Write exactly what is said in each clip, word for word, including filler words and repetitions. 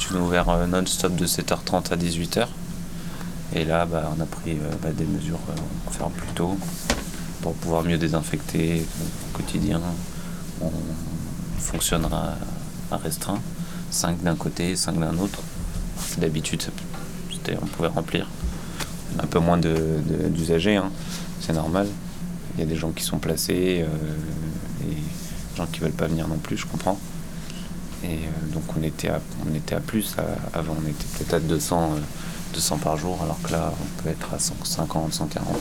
d'habitude ouvert euh, non-stop de sept heures trente à dix-huit heures. Et là, bah, on a pris euh, bah, des mesures euh, pour faire plus tôt, pour pouvoir mieux désinfecter au quotidien. On fonctionnera à restreint, cinq d'un côté, cinq d'un autre. D'habitude, c'était, on pouvait remplir. Un peu moins de, de, d'usagers, hein. C'est normal. Il y a des gens qui sont placés, euh, et des gens qui veulent pas venir non plus, je comprends. Et euh, donc on était à, on était à plus. À, avant, on était peut-être à deux cents, euh, deux cents par jour, alors que là, on peut être à cent cinquante, cent quarante.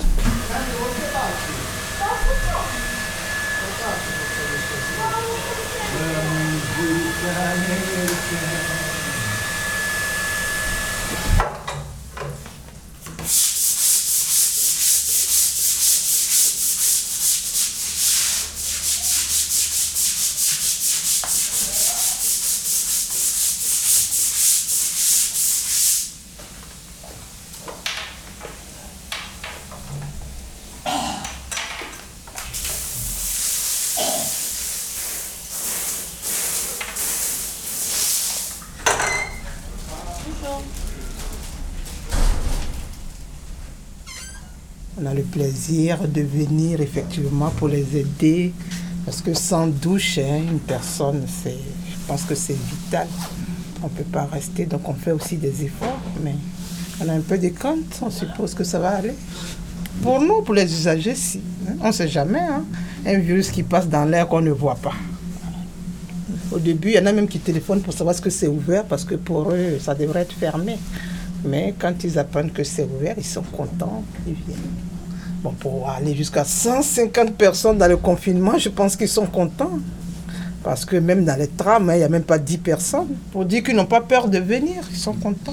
On a le plaisir de venir effectivement pour les aider, parce que sans douche, hein, une personne, c'est, je pense que c'est vital. On ne peut pas rester, donc on fait aussi des efforts, mais on a un peu de crainte, on suppose que ça va aller. Pour nous, pour les usagers, si. Hein, on ne sait jamais, hein, un virus qui passe dans l'air qu'on ne voit pas. Au début, il y en a même qui téléphonent pour savoir ce que c'est ouvert, parce que pour eux, ça devrait être fermé. Mais quand ils apprennent que c'est ouvert, ils sont contents, ils viennent. Bon, pour aller jusqu'à cent cinquante personnes dans le confinement, je pense qu'ils sont contents. Parce que même dans les trams, il n'y a même pas dix personnes. Pour dire qu'ils n'ont pas peur de venir, ils sont contents.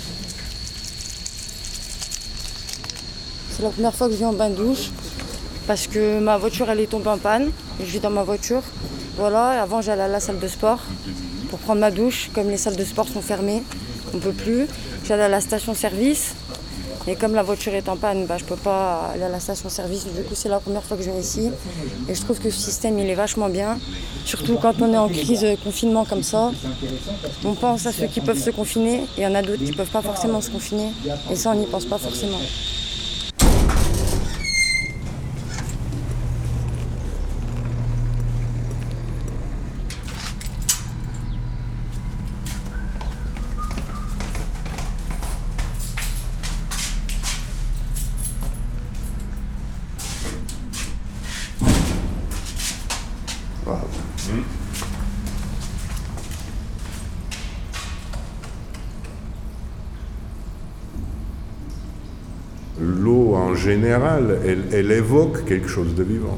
C'est la première fois que je viens en bain-douche, parce que ma voiture, elle est tombée en panne. Je vis dans ma voiture. Voilà, avant, j'allais à la salle de sport pour prendre ma douche. Comme les salles de sport sont fermées, on ne peut plus. J'allais à la station-service. Et comme la voiture est en panne, bah, je ne peux pas aller à la station-service. Du coup, c'est la première fois que je viens ici. Et je trouve que ce système, il est vachement bien. Surtout quand on est en crise de confinement comme ça. On pense à ceux qui peuvent se confiner. Et il y en a d'autres qui ne peuvent pas forcément se confiner. Et ça, on n'y pense pas forcément. L'eau, en général, elle, elle évoque quelque chose de vivant.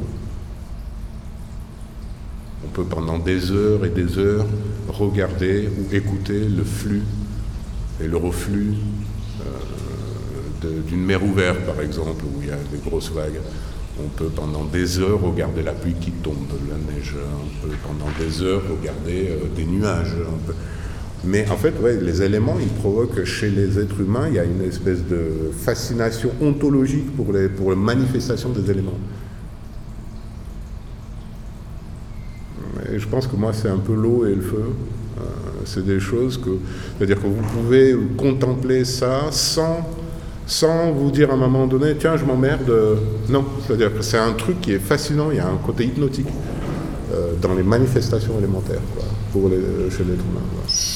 On peut pendant des heures et des heures regarder ou écouter le flux et le reflux euh, de, d'une mer ouverte, par exemple, où il y a des grosses vagues. On peut pendant des heures regarder la pluie qui tombe, la neige. On peut pendant des heures regarder euh, des nuages. On peut... Mais en fait, ouais, les éléments, ils provoquent chez les êtres humains, il y a une espèce de fascination ontologique pour les, pour la manifestation des éléments. Et je pense que moi, c'est un peu l'eau et le feu. Euh, c'est des choses que... C'est-à-dire que vous pouvez contempler ça sans, sans vous dire à un moment donné, tiens, je m'emmerde. Non, c'est-à-dire que c'est un truc qui est fascinant, il y a un côté hypnotique euh, dans les manifestations élémentaires, quoi, pour les, chez l'être humain. Quoi.